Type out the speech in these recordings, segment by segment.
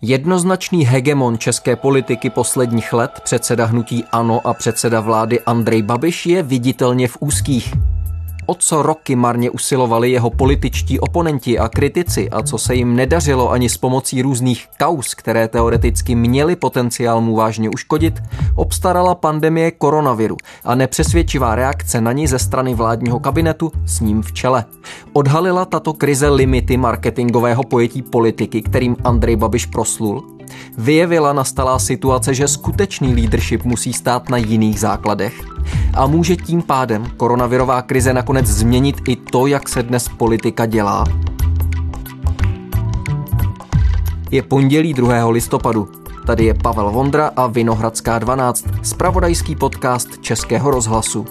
Jednoznačný hegemon české politiky posledních let, předseda hnutí ANO a předseda vlády Andrej Babiš, je viditelně v úzkých. O co roky marně usilovali jeho političtí oponenti a kritici a co se jim nedařilo ani s pomocí různých kauz, které teoreticky měly potenciál mu vážně uškodit, obstarala pandemie koronaviru a nepřesvědčivá reakce na ní ze strany vládního kabinetu s ním v čele. Odhalila tato krize limity marketingového pojetí politiky, kterým Andrej Babiš proslul? Vyjevila nastalá situace, že skutečný leadership musí stát na jiných základech? A může tím pádem koronavirová krize nakonec změnit i to, jak se dnes politika dělá? Je pondělí 2. listopadu. Tady je Pavel Vondra a Vinohradská 12, zpravodajský podcast Českého rozhlasu.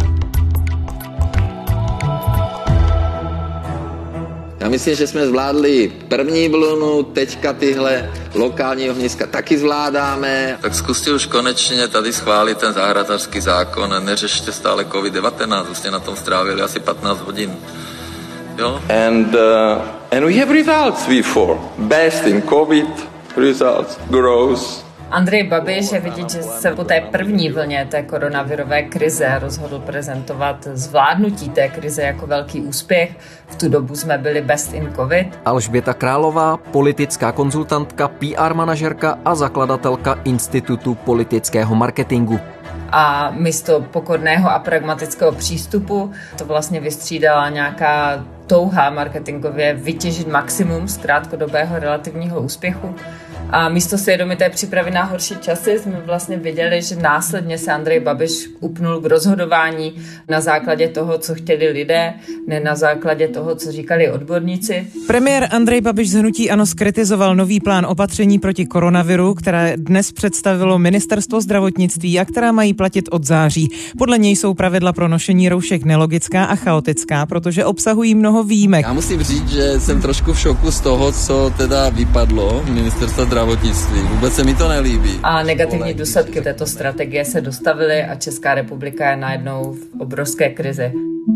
Já myslím, že jsme zvládli první vlnu, teďka tyhle lokální ohniska taky zvládáme. Tak zkuste už konečně tady schválit ten zahrádkářský zákon, neřešte stále COVID-19, už jste na tom strávili asi 15 hodin. Jo? And we have results before. Best in COVID, results, growth. Andrej Babiš je vidět, že se po té první vlně té koronavirové krize rozhodl prezentovat zvládnutí té krize jako velký úspěch. V tu dobu jsme byli best in covid. Alžběta Králová, politická konzultantka, PR manažerka a zakladatelka Institutu politického marketingu. A místo pokorného a pragmatického přístupu to vlastně vystřídala nějaká touha marketingově vytěžit maximum z krátkodobého relativního úspěchu. A místo svědomité přípravy na horší časy jsme vlastně viděli, že následně se Andrej Babiš upnul k rozhodování na základě toho, co chtěli lidé, ne na základě toho, co říkali odborníci. Premiér Andrej Babiš z hnutí ANO zkritizoval nový plán opatření proti koronaviru, které dnes představilo Ministerstvo zdravotnictví a která mají platit od září. Podle něj jsou pravidla pro nošení roušek nelogická a chaotická, protože obsahují mnoho výjimek. Já musím říct, že jsem trošku v šoku z toho, co teda vypadlo Ministerstva zdravotnictví. Vůbec se mi to nelíbí. A negativní důsledky této strategie se dostavily a Česká republika je najednou v obrovské krizi.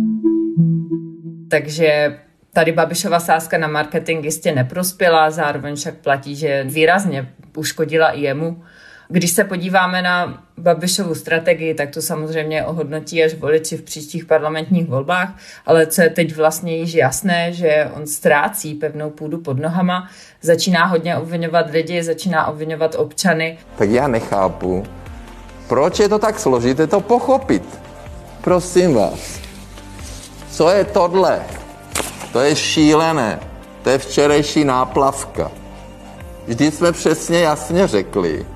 Takže tady Babišova sázka na marketing jistě neprospěla, zároveň však platí, že výrazně uškodila i jemu. Když se podíváme na Babišovu strategii, tak to samozřejmě ohodnotí až voliči v příštích parlamentních volbách, ale co je teď vlastně již jasné, že on ztrácí pevnou půdu pod nohama, začíná hodně obviňovat lidi, začíná obviňovat občany. Tak já nechápu, proč je to tak složité to pochopit. Prosím vás, co je tohle? To je šílené, to je včerejší náplavka. Vždyť jsme přesně jasně řekli,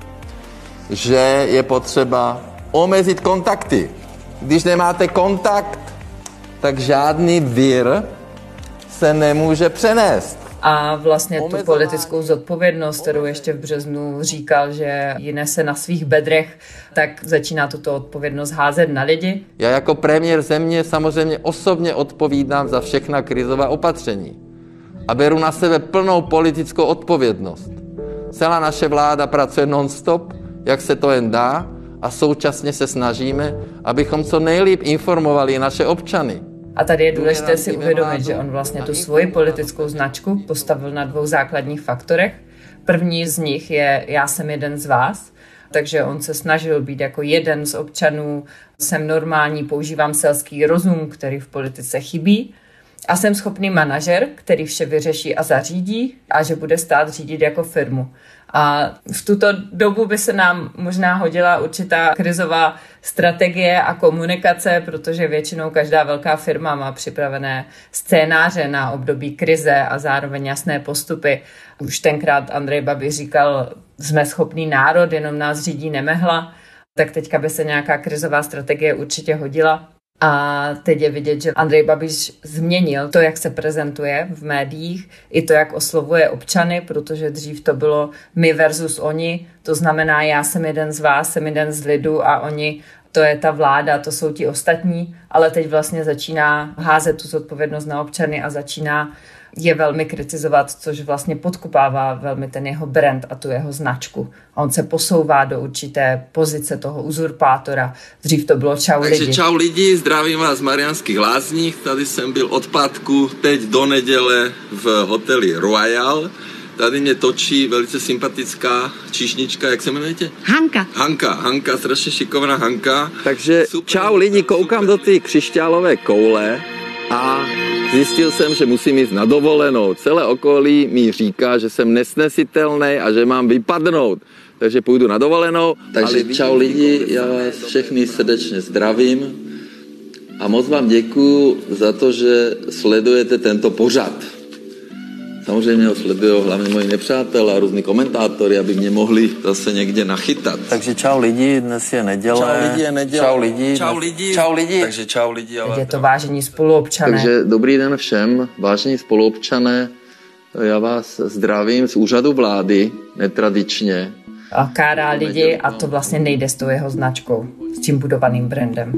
že je potřeba omezit kontakty. Když nemáte kontakt, tak žádný vir se nemůže přenést. A vlastně tu politickou zodpovědnost, kterou ještě v březnu říkal, že ji nese na svých bedrech, tak začíná tuto odpovědnost házet na lidi. Já jako premiér země samozřejmě osobně odpovídám za všechna krizová opatření a beru na sebe plnou politickou odpovědnost. Celá naše vláda pracuje non-stop, jak se to jen dá, a současně se snažíme, abychom co nejlíp informovali naše občany. A tady je důležité si uvědomit, že on vlastně tu svoji politickou značku postavil na 2 základních faktorech. První z nich je já jsem jeden z vás, takže on se snažil být jako jeden z občanů, jsem normální, používám selský rozum, který v politice chybí, a jsem schopný manažer, který vše vyřeší a zařídí a že bude stát řídit jako firmu. A v tuto dobu by se nám možná hodila určitá krizová strategie a komunikace, protože většinou každá velká firma má připravené scénáře na období krize a zároveň jasné postupy. Už tenkrát Andrej Babiš říkal, jsme schopný národ, jenom nás řídí nemehla, tak teďka by se nějaká krizová strategie určitě hodila. A teď je vidět, že Andrej Babiš změnil to, jak se prezentuje v médiích, i to, jak oslovuje občany, protože dřív to bylo my versus oni, to znamená já jsem jeden z vás, jsem jeden z lidu a oni, to je ta vláda, to jsou ti ostatní, ale teď vlastně začíná házet tu zodpovědnost na občany a začíná je velmi kritizovat, což vlastně podkopává velmi ten jeho brand a tu jeho značku. A on se posouvá do určité pozice toho uzurpátora. Dřív to bylo čau lidi. Takže čau lidi, zdravím vás z Mariánských Lázních. Tady jsem byl od pátku teď do neděle v hoteli Royal. Tady mě točí velice sympatická číšnička, jak se jmenujete? Hanka, strašně šikovná Hanka. Takže čau lidi, koukám do té křišťálové koule a zjistil jsem, že musím jít na dovolenou. Celé okolí mi říká, že jsem nesnesitelný a že mám vypadnout. Takže půjdu na dovolenou. Takže čau lidi, já vás všechny srdečně zdravím a moc vám děkuju za to, že sledujete tento pořad. Samozřejmě ho sledují hlavně moji nepřátelé a různí komentátory, aby mě mohli zase někde nachytat. Takže čau lidi, dnes je neděle. Čau lidi. Takže čau lidi. Je to vážení spoluobčané. Takže dobrý den všem, vážení spoluobčané. Já vás zdravím z úřadu vlády, netradičně. A kárá lidi a to vlastně nejde s tou jeho značkou, s tím budovaným brandem.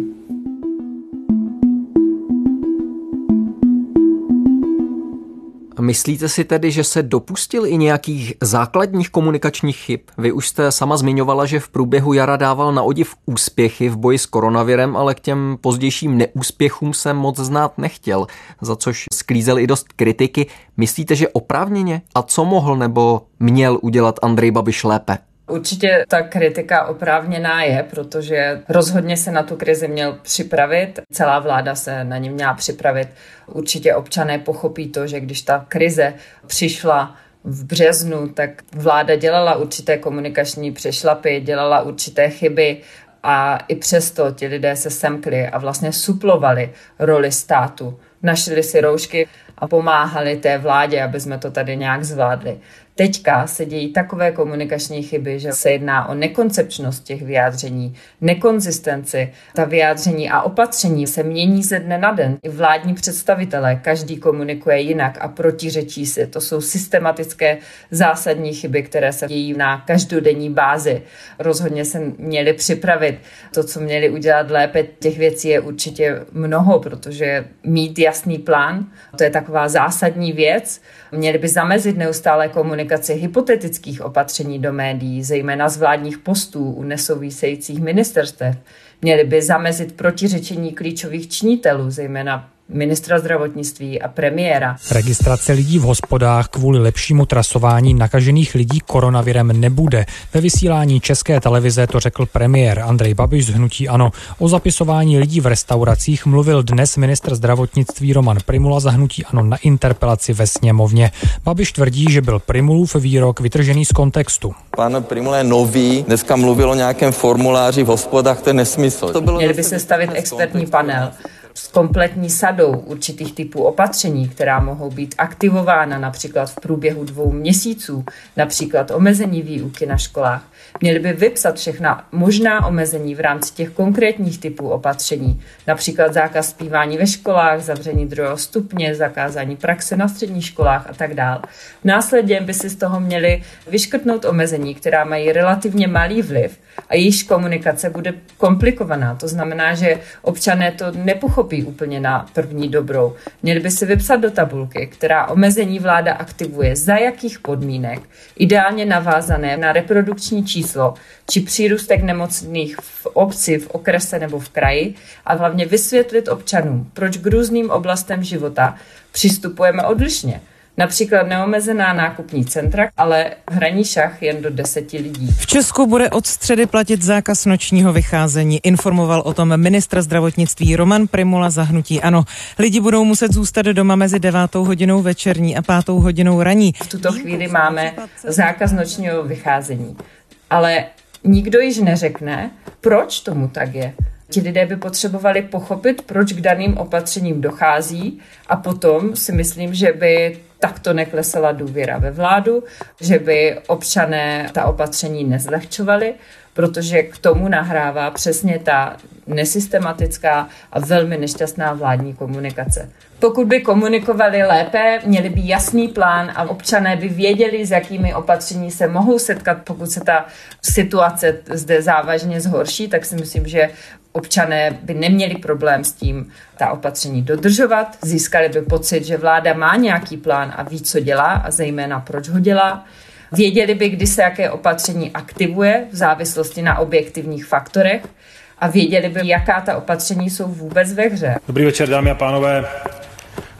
Myslíte si tedy, že se dopustil i nějakých základních komunikačních chyb? Vy už jste sama zmiňovala, že v průběhu jara dával na odiv úspěchy v boji s koronavirem, ale k těm pozdějším neúspěchům se moc znát nechtěl, za což sklízel i dost kritiky. Myslíte, že oprávněně? A co mohl nebo měl udělat Andrej Babiš lépe? Určitě ta kritika oprávněná je, protože rozhodně se na tu krizi měl připravit, celá vláda se na ní měla připravit. Určitě občané pochopí to, že když ta krize přišla v březnu, tak vláda dělala určité komunikační přešlapy, dělala určité chyby a i přesto ti lidé se semkli a vlastně suplovali roli státu. Našli si roušky a pomáhali té vládě, aby jsme to tady nějak zvládli. Teďka se dějí takové komunikační chyby, že se jedná o nekoncepčnost těch vyjádření, nekonzistenci. Ta vyjádření a opatření se mění ze dne na den. I vládní představitelé, každý komunikuje jinak a protiřečí si. To jsou systematické zásadní chyby, které se dějí na každodenní bázi. Rozhodně se měli připravit. To, co měli udělat lépe, těch věcí je určitě mnoho, protože mít jasný plán, to je taková zásadní věc. Měli by zamezit neustále komunikaci hypotetických opatření do médií, zejména z vládních postů u nesouvisejících ministerstev. Měli by zamezit protiřečení klíčových činitelů, zejména ministra zdravotnictví a premiéra. Registrace lidí v hospodách kvůli lepšímu trasování nakažených lidí koronavirem nebude. Ve vysílání České televize to řekl premiér Andrej Babiš z hnutí ANO. O zapisování lidí v restauracích mluvil dnes ministr zdravotnictví Roman Prymula za hnutí ANO na interpelaci ve sněmovně. Babiš tvrdí, že byl Prymulův výrok vytržený z kontextu. Pan Prymula je nový, dneska mluvil o nějakém formuláři v hospodách, to je nesmysl. Měli by se stavit expertní panel s kompletní sadou určitých typů opatření, která mohou být aktivována například v průběhu 2 měsíců, například omezení výuky na školách. Měli by vypsat všechna možná omezení v rámci těch konkrétních typů opatření, například zákaz zpívání ve školách, zavření 2. stupně, zakázání praxe na středních školách a tak dále. Následně by si z toho měli vyškrtnout omezení, která mají relativně malý vliv a jejíž komunikace bude komplikovaná. To znamená, že občané to nepochopí úplně na první dobrou. Měli by si vypsat do tabulky, která omezení vláda aktivuje, za jakých podmínek, ideálně navázané na reprodukční číslo či přírůstek nemocných v obci, v okrese nebo v kraji a hlavně vysvětlit občanům, proč k různým oblastem života přistupujeme odlišně. Například neomezená nákupní centra, ale hraní šach jen do 10 lidí. V Česku bude od středy platit zákaz nočního vycházení. Informoval o tom ministr zdravotnictví Roman Prymula za hnutí ANO. Lidi budou muset zůstat doma mezi 9. hodinou večerní a 5. hodinou ranní. V tuto chvíli máme zákaz nočního vycházení. Ale nikdo již neřekne, proč tomu tak je. Ti lidé by potřebovali pochopit, proč k daným opatřením dochází a potom si myslím, že by takto neklesala důvěra ve vládu, že by občané ta opatření nezlehčovali, protože k tomu nahrává přesně ta nesystematická a velmi nešťastná vládní komunikace. Pokud by komunikovali lépe, měli by jasný plán a občané by věděli, s jakými opatření se mohou setkat, pokud se ta situace zde závažně zhorší, tak si myslím, že občané by neměli problém s tím ta opatření dodržovat, získali by pocit, že vláda má nějaký plán a ví, co dělá a zejména proč ho dělá. Věděli by, kdy se jaké opatření aktivuje v závislosti na objektivních faktorech a věděli by, jaká ta opatření jsou vůbec ve hře. Dobrý večer, dámy a pánové.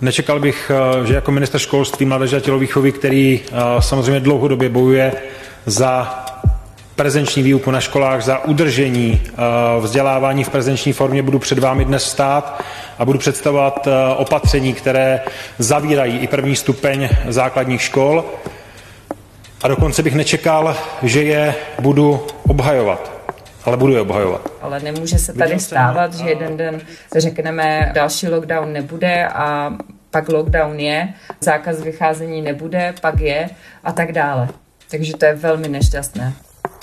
Nečekal bych, že jako ministr školství, mládeže a tělovýchovy, který samozřejmě dlouhodobě bojuje za prezenční výuku na školách, za udržení vzdělávání v prezenční formě, budu před vámi dnes stát a budu představovat opatření, které zavírají i první stupeň základních škol. A dokonce bych nečekal, že je budu obhajovat. Ale budu je obhajovat. Ale nemůže se tady stávat, že jeden den řekneme, další lockdown nebude a pak lockdown je, zákaz vycházení nebude, pak je a tak dále. Takže to je velmi nešťastné.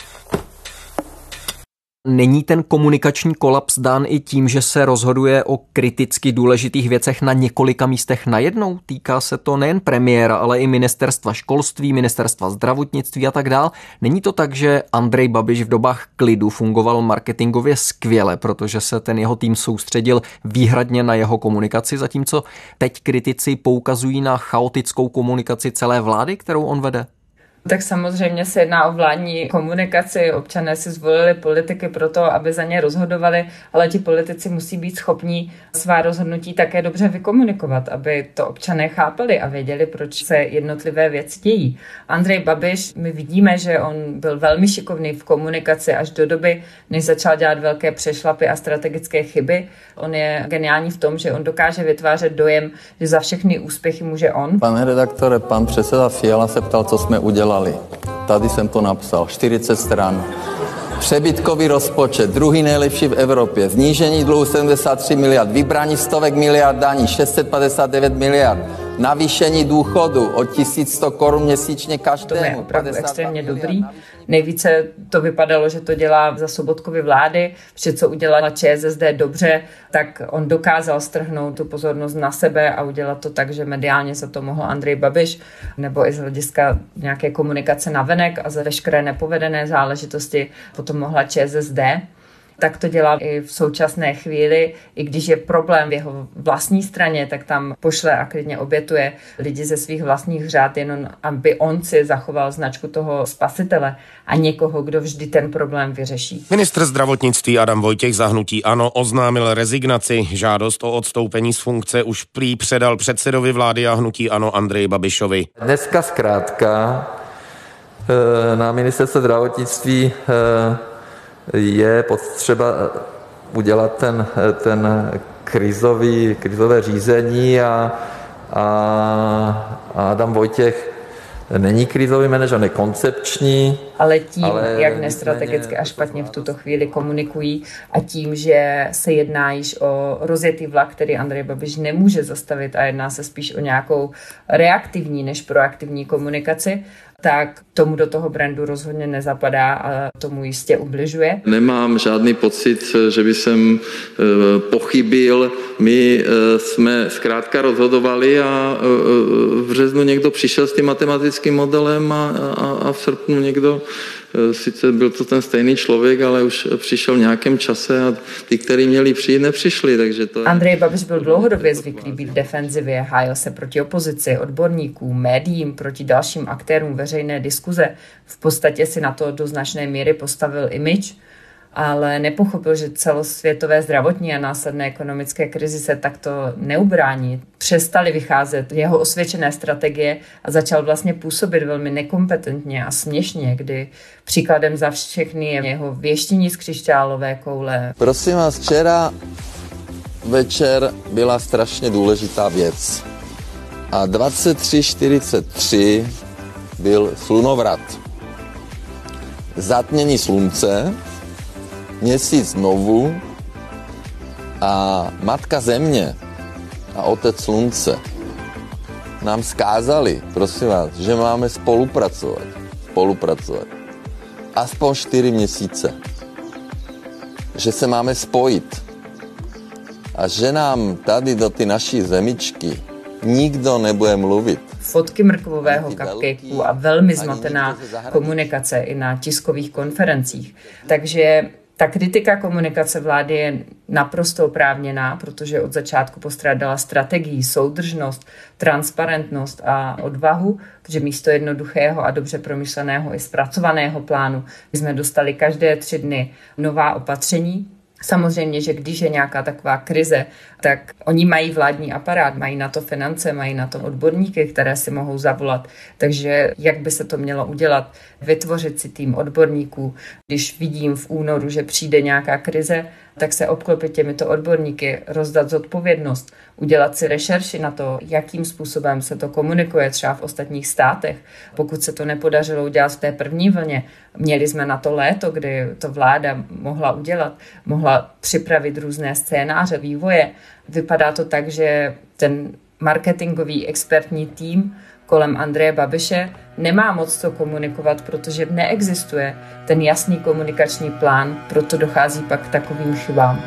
Není ten komunikační kolaps dán i tím, že se rozhoduje o kriticky důležitých věcech na několika místech najednou? Týká se to nejen premiéra, ale i ministerstva školství, ministerstva zdravotnictví a tak dál. Není to tak, že Andrej Babiš v dobách klidu fungoval marketingově skvěle, protože se ten jeho tým soustředil výhradně na jeho komunikaci, zatímco teď kritici poukazují na chaotickou komunikaci celé vlády, kterou on vede? Tak samozřejmě se jedná o vládní komunikaci. Občané si zvolili politiky proto, aby za ně rozhodovali, ale ti politici musí být schopní svá rozhodnutí také dobře vykomunikovat, aby to občané chápali a věděli, proč se jednotlivé věci dějí. Andrej Babiš, my vidíme, že on byl velmi šikovný v komunikaci až do doby, než začal dělat velké přešlapy a strategické chyby. On je geniální v tom, že on dokáže vytvářet dojem, že za všechny úspěchy může on. Pane redaktore, pan předseda Fiala se ptal, co jsme udělali. Tady jsem to napsal, 40 stran. Přebytkový rozpočet, druhý nejlepší v Evropě, znížení dluhu 73 miliard, vybrání stovek miliard daní, 659 miliard, navýšení důchodu o 1100 korun měsíčně každému. To je opravdu extrémně dobrý. Nejvíce to vypadalo, že to dělá za Sobotkovy vlády, že co udělala ČSSD dobře, tak on dokázal strhnout tu pozornost na sebe a udělat to tak, že mediálně za to mohl Andrej Babiš, nebo i z hlediska nějaké komunikace navenek a za veškeré nepovedené záležitosti potom mohla ČSSD. Tak to dělá i v současné chvíli, i když je problém v jeho vlastní straně, tak tam pošle a klidně obětuje lidi ze svých vlastních řád, jenom aby on si zachoval značku toho spasitele a někoho, kdo vždy ten problém vyřeší. Ministr zdravotnictví Adam Vojtěch za hnutí ANO oznámil rezignaci. Žádost o odstoupení z funkce už prý předal předsedovi vlády a hnutí ANO Andreji Babišovi. Dneska zkrátka na ministerstvu zdravotnictví je potřeba udělat ten krizové řízení a Adam Vojtěch není krizový manažer, on je koncepční. Ale tím, jak nestrategicky a špatně v tuto chvíli komunikují a tím, že se jedná již o rozjetý vlak, který Andrej Babiš nemůže zastavit a jedná se spíš o nějakou reaktivní než proaktivní komunikaci, tak tomu do toho brandu rozhodně nezapadá a tomu jistě ubližuje. Nemám žádný pocit, že by jsem pochybil. My jsme zkrátka rozhodovali a v březnu někdo přišel s tím matematickým modelem a v srpnu někdo, sice byl to ten stejný člověk, ale už přišel v nějakém čase a ty, kteří měli přijít, nepřišli. Takže to... Andrej Babiš byl dlouhodobě zvyklý být v defenzivě, hájil se proti opozici, odborníkům, médiím, proti dalším aktérům veřejné diskuze. V podstatě si na to do značné míry postavil image, ale nepochopil, že celosvětové zdravotní a následné ekonomické krizi se takto neubrání. Přestaly vycházet jeho osvědčené strategie a začal vlastně působit velmi nekompetentně a směšně, kdy příkladem za všechny je jeho věštění z křišťálové koule. Prosím vás, včera večer byla strašně důležitá věc. A 23:43 byl slunovrat. Zatmění slunce, měsíc znovu a matka země a otec slunce nám zkázali, prosím vás, že máme spolupracovat. Aspoň 4 měsíce. Že se máme spojit. A že nám tady do ty naší zemičky nikdo nebude mluvit. Fotky mrkvového cupcakeu a velmi zmatená komunikace i na tiskových konferencích. Takže ta kritika komunikace vlády je naprosto oprávněná, protože od začátku postrádala strategii, soudržnost, transparentnost a odvahu, protože místo jednoduchého a dobře promyšleného i zpracovaného plánu jsme dostali každé 3 dny nová opatření Samozřejmě, že když je nějaká taková krize, tak oni mají vládní aparát, mají na to finance, mají na to odborníky, které si mohou zavolat. Takže jak by se to mělo udělat? Vytvořit si tým odborníků. Když vidím v únoru, že přijde nějaká krize, tak se obklopit těmito odborníky, rozdat zodpovědnost, udělat si rešerši na to, jakým způsobem se to komunikuje třeba v ostatních státech. Pokud se to nepodařilo udělat v té první vlně, měli jsme na to léto, kdy to vláda mohla udělat, mohla připravit různé scénáře vývoje. Vypadá to tak, že ten marketingový expertní tým kolem Andreje Babiše nemá moc co komunikovat, protože neexistuje ten jasný komunikační plán, proto dochází pak k takovým chybám.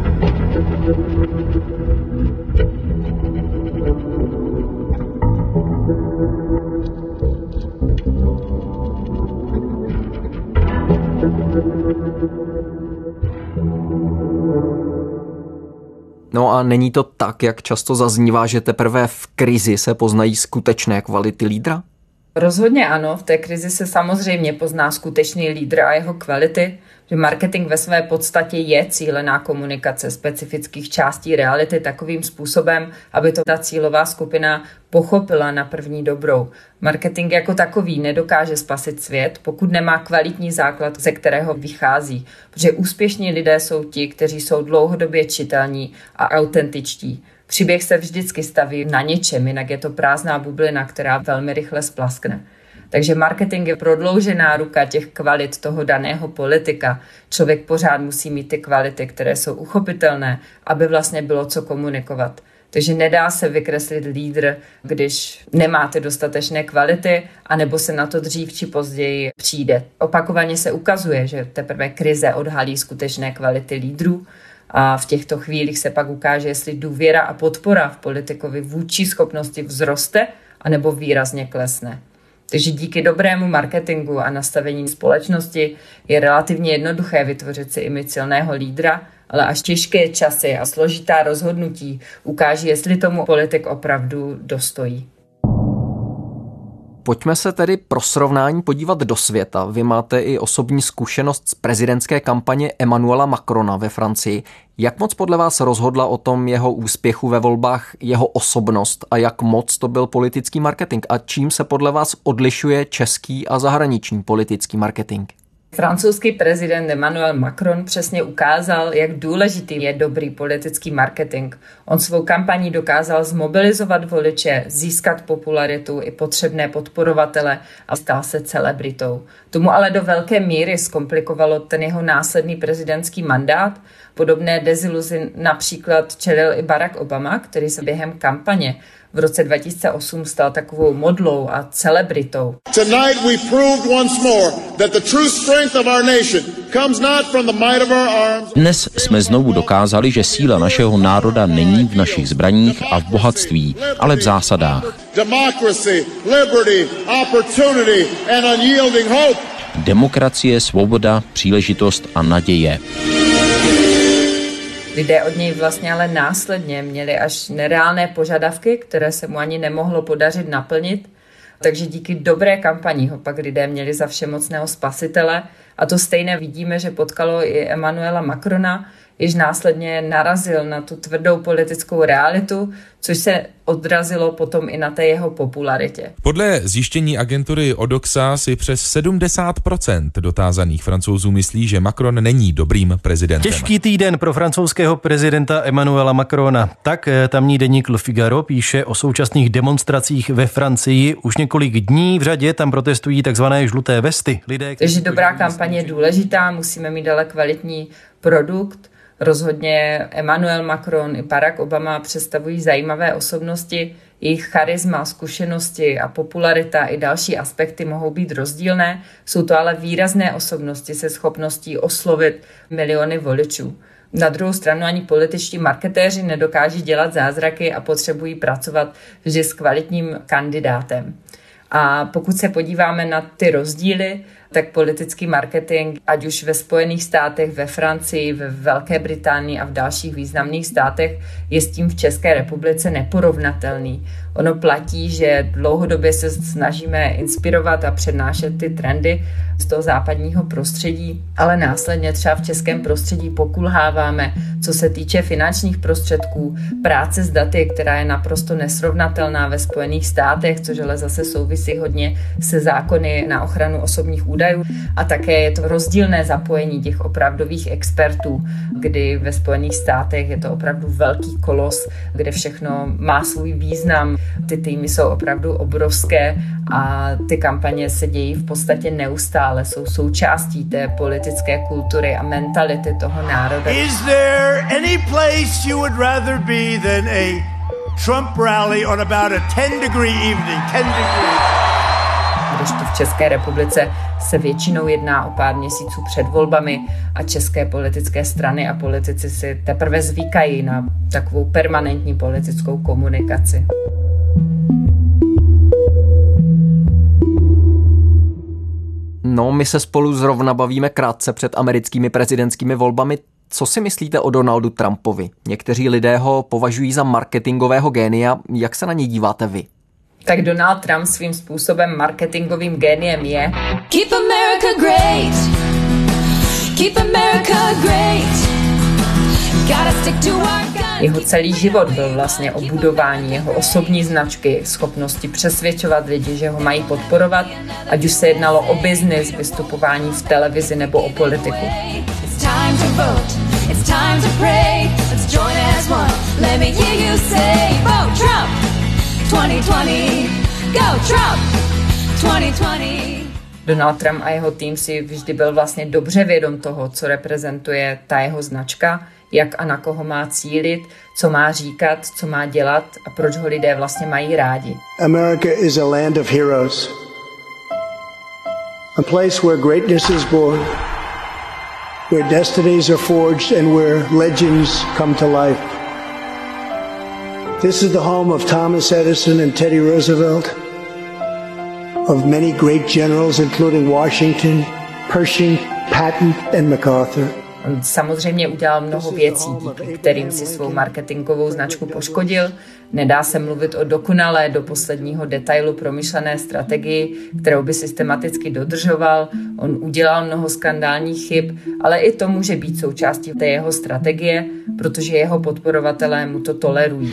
No a není to tak, jak často zaznívá, že teprve v krizi se poznají skutečné kvality lídra? Rozhodně ano, v té krizi se samozřejmě pozná skutečný lídr a jeho kvality, že marketing ve své podstatě je cílená komunikace specifických částí reality takovým způsobem, aby to ta cílová skupina pochopila na první dobrou. Marketing jako takový nedokáže spasit svět, pokud nemá kvalitní základ, ze kterého vychází, protože úspěšní lidé jsou ti, kteří jsou dlouhodobě čitelní a autentičtí. Příběh se vždycky staví na něčem, jinak je to prázdná bublina, která velmi rychle splaskne. Takže marketing je prodloužená ruka těch kvalit toho daného politika. Člověk pořád musí mít ty kvality, které jsou uchopitelné, aby vlastně bylo co komunikovat. Takže nedá se vykreslit lídr, když nemáte dostatečné kvality, anebo se na to dřív či později přijde. Opakovaně se ukazuje, že teprve krize odhalí skutečné kvality lídrů, a v těchto chvílích se pak ukáže, jestli důvěra a podpora v politikovi vůči schopnosti vzroste, anebo výrazně klesne. Takže díky dobrému marketingu a nastavení společnosti je relativně jednoduché vytvořit si image silného lídra, ale až těžké časy a složitá rozhodnutí ukáží, jestli tomu politik opravdu dostojí. Pojďme se tedy pro srovnání podívat do světa. Vy máte i osobní zkušenost z prezidentské kampaně Emmanuela Macrona ve Francii. Jak moc podle vás rozhodla o tom jeho úspěchu ve volbách jeho osobnost a jak moc to byl politický marketing? A čím se podle vás odlišuje český a zahraniční politický marketing? Francouzský prezident Emmanuel Macron přesně ukázal, jak důležitý je dobrý politický marketing. On svou kampaní dokázal zmobilizovat voliče, získat popularitu i potřebné podporovatele a stal se celebritou. Tomu ale do velké míry zkomplikovalo ten jeho následný prezidentský mandát. Podobné deziluzi například čelil i Barack Obama, který se během kampaně v roce 2008 stal takovou modlou a celebritou. Tonight we proved once more that the true strength of our nation comes not from the might of our arms. Dnes jsme znovu dokázali, že síla našeho národa není v našich zbraních a v bohatství, ale v zásadách. Democracy, liberty, opportunity and unyielding hope. Demokracie, svoboda, příležitost a naděje. Lidé od něj vlastně ale následně měli až nereálné požadavky, které se mu ani nemohlo podařit naplnit. Takže díky dobré kampani ho pak lidé měli za všemocného spasitele. A to stejné vidíme, že potkalo i Emmanuela Macrona, již následně narazil na tu tvrdou politickou realitu, což se odrazilo potom i na té jeho popularitě. Podle zjištění agentury Odoxa si přes 70% dotázaných Francouzů myslí, že Macron není dobrým prezidentem. Těžký týden pro francouzského prezidenta Emmanuela Macrona. Tak tamní deník Le Figaro píše o současných demonstracích ve Francii. Už několik dní v řadě tam protestují takzvané žluté vesty. Takže dobrá kampaně je důležitá, musíme mít ale kvalitní produkt. Rozhodně Emmanuel Macron i Barack Obama představují zajímavé osobnosti, jejich charisma, zkušenosti a popularita i další aspekty mohou být rozdílné, jsou to ale výrazné osobnosti se schopností oslovit miliony voličů. Na druhou stranu ani političtí marketéři nedokáží dělat zázraky a potřebují pracovat vždy s kvalitním kandidátem. A pokud se podíváme na ty rozdíly, tak politický marketing, ať už ve Spojených státech, ve Francii, ve Velké Británii a v dalších významných státech, je s tím v České republice neporovnatelný. Ono platí, že dlouhodobě se snažíme inspirovat a přednášet ty trendy z toho západního prostředí, ale následně třeba v českém prostředí pokulháváme, co se týče finančních prostředků, práce s daty, která je naprosto nesrovnatelná ve Spojených státech, což ale zase souvisí hodně se zákony na ochranu osobních údajů, a také je to rozdílné zapojení těch opravdových expertů, kdy ve Spojených státech je to opravdu velký kolos, kde všechno má svůj význam. Ty týmy jsou opravdu obrovské a ty kampaně se dějí v podstatě neustále, jsou součástí té politické kultury a mentality toho národa. Is there any place you would rather be than a Trump rally on about a 10-degree evening? 10 degrees. Když tu v České republice se většinou jedná o pár měsíců před volbami a české politické strany a politici si teprve zvykají na takovou permanentní politickou komunikaci. No, my se spolu zrovna bavíme krátce před americkými prezidentskými volbami. Co si myslíte o Donaldu Trumpovi? Někteří lidé ho považují za marketingového génia. Jak se na něj díváte vy? Tak Donald Trump svým způsobem marketingovým géniem je. Keep America great. Keep America great. Gotta stick to our guns. Jeho celý život byl vlastně o budování jeho osobní značky, schopnosti přesvědčovat lidi, že ho mají podporovat, ať už se jednalo o biznis, vystupování v televizi nebo o politiku. It's time to vote. It's time to pray. Let's join as one. Let me hear you say, vote Trump 2020. Go Trump 2020. Donald Trump a jeho tým si vždy byl vlastně dobře vědom toho, co reprezentuje ta jeho značka, jak a na koho má cílit, co má říkat, co má dělat a proč ho lidé vlastně mají rádi. America is a land of heroes. A place where greatness is born, where destinies are forged and where legends come to life. This is the home of Thomas Edison and Teddy Roosevelt, of many great generals including Washington, Pershing, Patton and MacArthur. On samozřejmě udělal mnoho věcí, díky kterým si svou marketingovou značku poškodil. Nedá se mluvit o dokonalé do posledního detailu promyšlené strategii, kterou by systematicky dodržoval. On udělal mnoho skandálních chyb, ale i to může být součástí té jeho strategie, protože jeho podporovatelé mu to tolerují.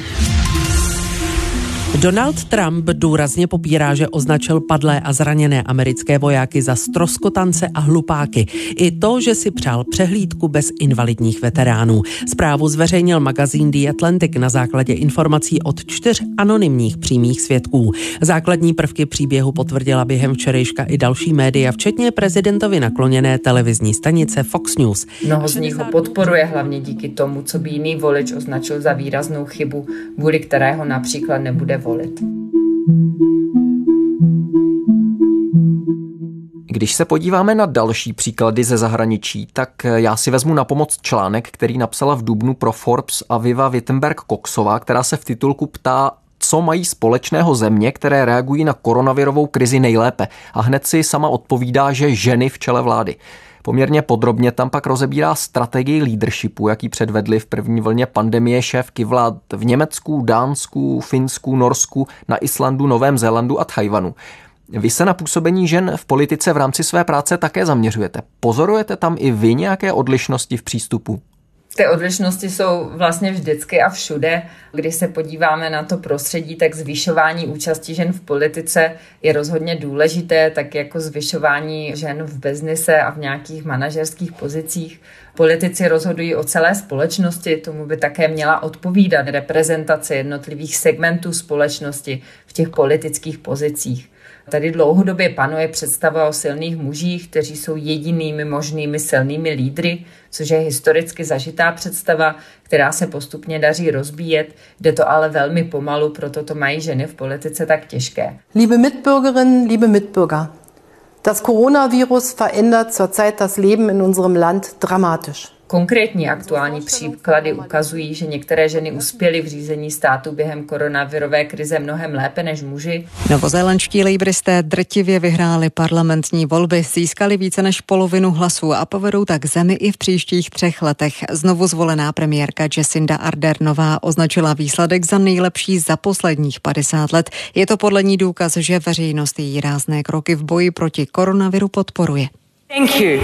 Donald Trump důrazně popírá, že označil padlé a zraněné americké vojáky za ztroskotance a hlupáky. I to, že si přál přehlídku bez invalidních veteránů. Zprávu zveřejnil magazín The Atlantic na základě informací od 4 anonymních přímých svědků. Základní prvky příběhu potvrdila během včerejška i další média, včetně prezidentovi nakloněné televizní stanice Fox News. Mnoho z nich ho podporuje hlavně díky tomu, co by jiný volič označil za výraznou chybu, kvůli kterého například nebude volit. Když se podíváme na další příklady ze zahraničí, tak já si vezmu na pomoc článek, který napsala v dubnu pro Forbes Aviva Wittenberg-Coxová, která se v titulku ptá, co mají společného země, které reagují na koronavirovou krizi nejlépe. A hned si sama odpovídá, že ženy v čele vlády. Poměrně podrobně tam pak rozebírá strategii leadershipu, jaký předvedli v první vlně pandemie šéfky vlád v Německu, Dánsku, Finsku, Norsku, na Islandu, Novém Zélandu a Tchajwanu. Vy se na působení žen v politice v rámci své práce také zaměřujete. Pozorujete tam i vy nějaké odlišnosti v přístupu? Ty odlišnosti jsou vlastně vždycky a všude. Když se podíváme na to prostředí, tak zvyšování účasti žen v politice je rozhodně důležité, tak jako zvyšování žen v biznise a v nějakých manažerských pozicích. Politici rozhodují o celé společnosti, tomu by také měla odpovídat reprezentace jednotlivých segmentů společnosti v těch politických pozicích. Tady dlouhodobě panuje představa o silných mužích, kteří jsou jedinými možnými silnými lídry, což je historicky zažitá představa, která se postupně daří rozbíjet, jde to ale velmi pomalu, proto to mají ženy v politice tak těžké. Liebe Mitbürgerinnen, liebe Mitbürger, das Coronavirus verändert zurzeit das Leben in unserem Land dramatisch. konkrétní aktuální příklady ukazují, že některé ženy uspěly v řízení státu během koronavirové krize mnohem lépe než muži. Novozélandští lejbristé drtivě vyhráli parlamentní volby, získali více než polovinu hlasů a povedou tak zemi i v příštích 3 letech. Znovu zvolená premiérka Jacinda Ardernová označila výsledek za nejlepší za posledních 50 let. Je to podle ní důkaz, že veřejnost její rázné kroky v boji proti koronaviru podporuje. Thank you.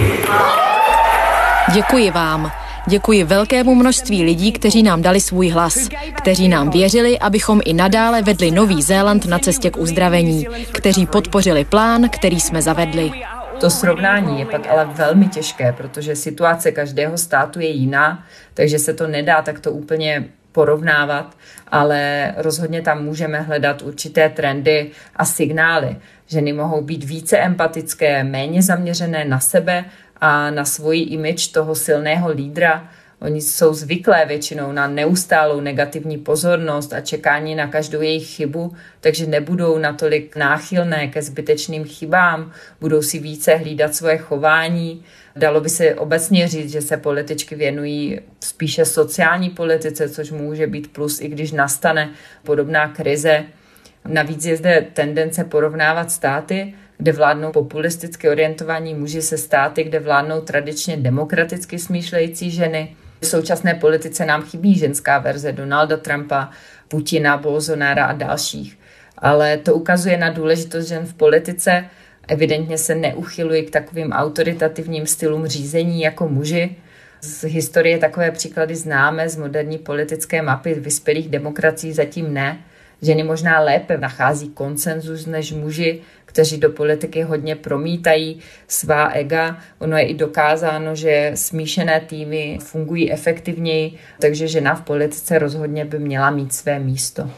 Děkuji vám. Děkuji velkému množství lidí, kteří nám dali svůj hlas, kteří nám věřili, abychom i nadále vedli Nový Zéland na cestě k uzdravení, kteří podpořili plán, který jsme zavedli. To srovnání je pak ale velmi těžké, protože situace každého státu je jiná, takže se to nedá takto úplně porovnávat, ale rozhodně tam můžeme hledat určité trendy a signály. Ženy mohou být více empatické, méně zaměřené na sebe a na svoji image toho silného lídra. Oni jsou zvyklé většinou na neustálou negativní pozornost a čekání na každou jejich chybu, takže nebudou natolik náchylné ke zbytečným chybám, budou si více hlídat svoje chování. Dalo by se obecně říct, že se političky věnují spíše sociální politice, což může být plus, i když nastane podobná krize. Navíc je zde tendence porovnávat státy, kde vládnou populisticky orientovaní muži se státy, kde vládnou tradičně demokraticky smýšlející ženy. V současné politice nám chybí ženská verze Donalda Trumpa, Putina, Bolsonara a dalších. Ale to ukazuje na důležitost žen v politice. Evidentně se neuchylují k takovým autoritativním stylům řízení jako muži. Z historie takové příklady známe, z moderní politické mapy vyspělých demokracií zatím ne. Ženy možná lépe nachází konsenzus než muži, kteří do politiky hodně promítají svá ega. Ono je i dokázáno, že smíšené týmy fungují efektivněji, takže žena v politice rozhodně by měla mít své místo.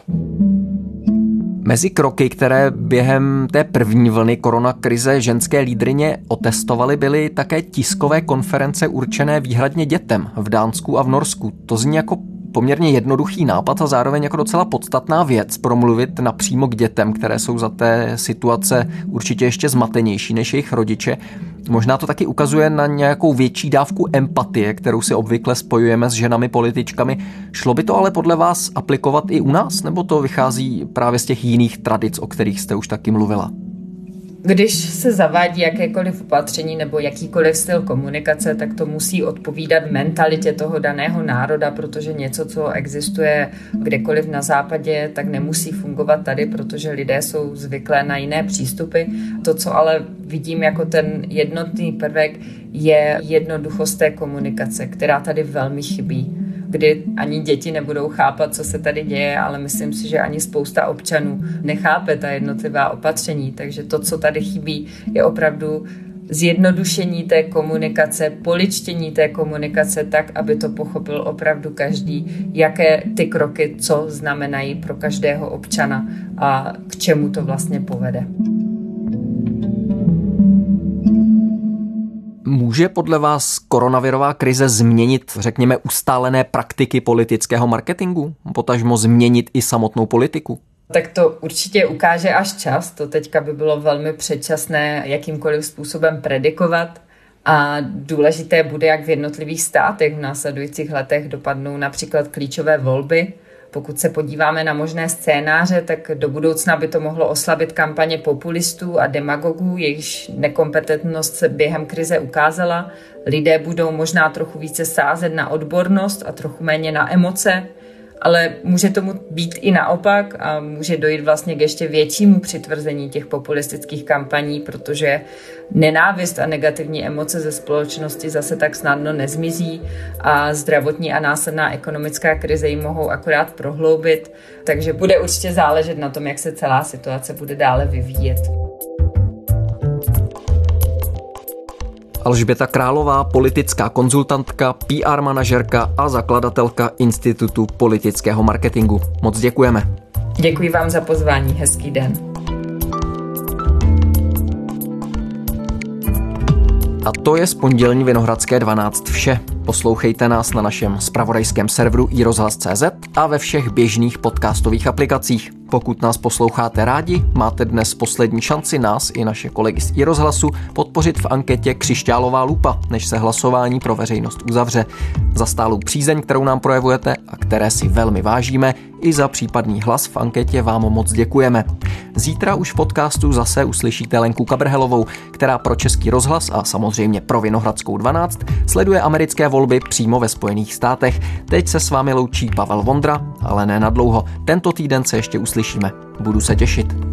Mezi kroky, které během té první vlny koronakrize ženské lídryně otestovaly, byly také tiskové konference určené výhradně dětem v Dánsku a v Norsku. To zní jako poměrně jednoduchý nápad a zároveň jako docela podstatná věc promluvit napřímo k dětem, které jsou za té situace určitě ještě zmatenější než jejich rodiče. Možná to taky ukazuje na nějakou větší dávku empatie, kterou si obvykle spojujeme s ženami političkami. Šlo by to ale podle vás aplikovat i u nás, nebo to vychází právě z těch jiných tradic, o kterých jste už taky mluvila? Když se zavádí jakékoliv opatření nebo jakýkoliv styl komunikace, tak to musí odpovídat mentalitě toho daného národa, protože něco, co existuje kdekoliv na západě, tak nemusí fungovat tady, protože lidé jsou zvyklé na jiné přístupy. To, co ale vidím jako ten jednotný prvek, je jednoduchost té komunikace, která tady velmi chybí, kdy ani děti nebudou chápat, co se tady děje, ale myslím si, že ani spousta občanů nechápe ta jednotlivá opatření. Takže to, co tady chybí, je opravdu zjednodušení té komunikace, poličtění té komunikace tak, aby to pochopil opravdu každý, jaké ty kroky, co znamenají pro každého občana a k čemu to vlastně povede. Může podle vás koronavirová krize změnit, řekněme, ustálené praktiky politického marketingu? Potažmo změnit i samotnou politiku? Tak to určitě ukáže až čas. To teďka by bylo velmi předčasné jakýmkoliv způsobem predikovat. A důležité bude, jak v jednotlivých státech v následujících letech dopadnou například klíčové volby. Pokud se podíváme na možné scénáře, tak do budoucna by to mohlo oslabit kampaně populistů a demagogů, jejichž nekompetentnost se během krize ukázala. Lidé budou možná trochu více sázet na odbornost a trochu méně na emoce, ale může tomu být i naopak a může dojít vlastně k ještě většímu přitvrzení těch populistických kampaní, protože nenávist a negativní emoce ze společnosti zase tak snadno nezmizí a zdravotní a následná ekonomická krize ji mohou akorát prohloubit, takže bude určitě záležet na tom, jak se celá situace bude dále vyvíjet. Alžběta Králová, politická konzultantka, PR manažerka a zakladatelka Institutu politického marketingu. Moc děkujeme. Děkuji vám za pozvání, hezký den. A to je z pondělní Vinohradské 12 vše. Poslouchejte nás na našem zpravodajském serveru iRozhlas.cz a ve všech běžných podcastových aplikacích. Pokud nás posloucháte rádi, máte dnes poslední šanci nás i naše kolegy z iRozhlasu podpořit v anketě Křišťálová lupa, než se hlasování pro veřejnost uzavře. Za stálou přízeň, kterou nám projevujete a které si velmi vážíme, i za případný hlas v anketě vám moc děkujeme. Zítra už v podcastu zase uslyšíte Lenku Kabrhelovou, která pro Český rozhlas a samozřejmě pro Vinohradskou 12 sleduje americké volby přímo ve Spojených státech. Teď se s vámi loučí Pavel Vondra, ale ne na dlouho. Tento týden se ještě uslyšíme. Budu se těšit.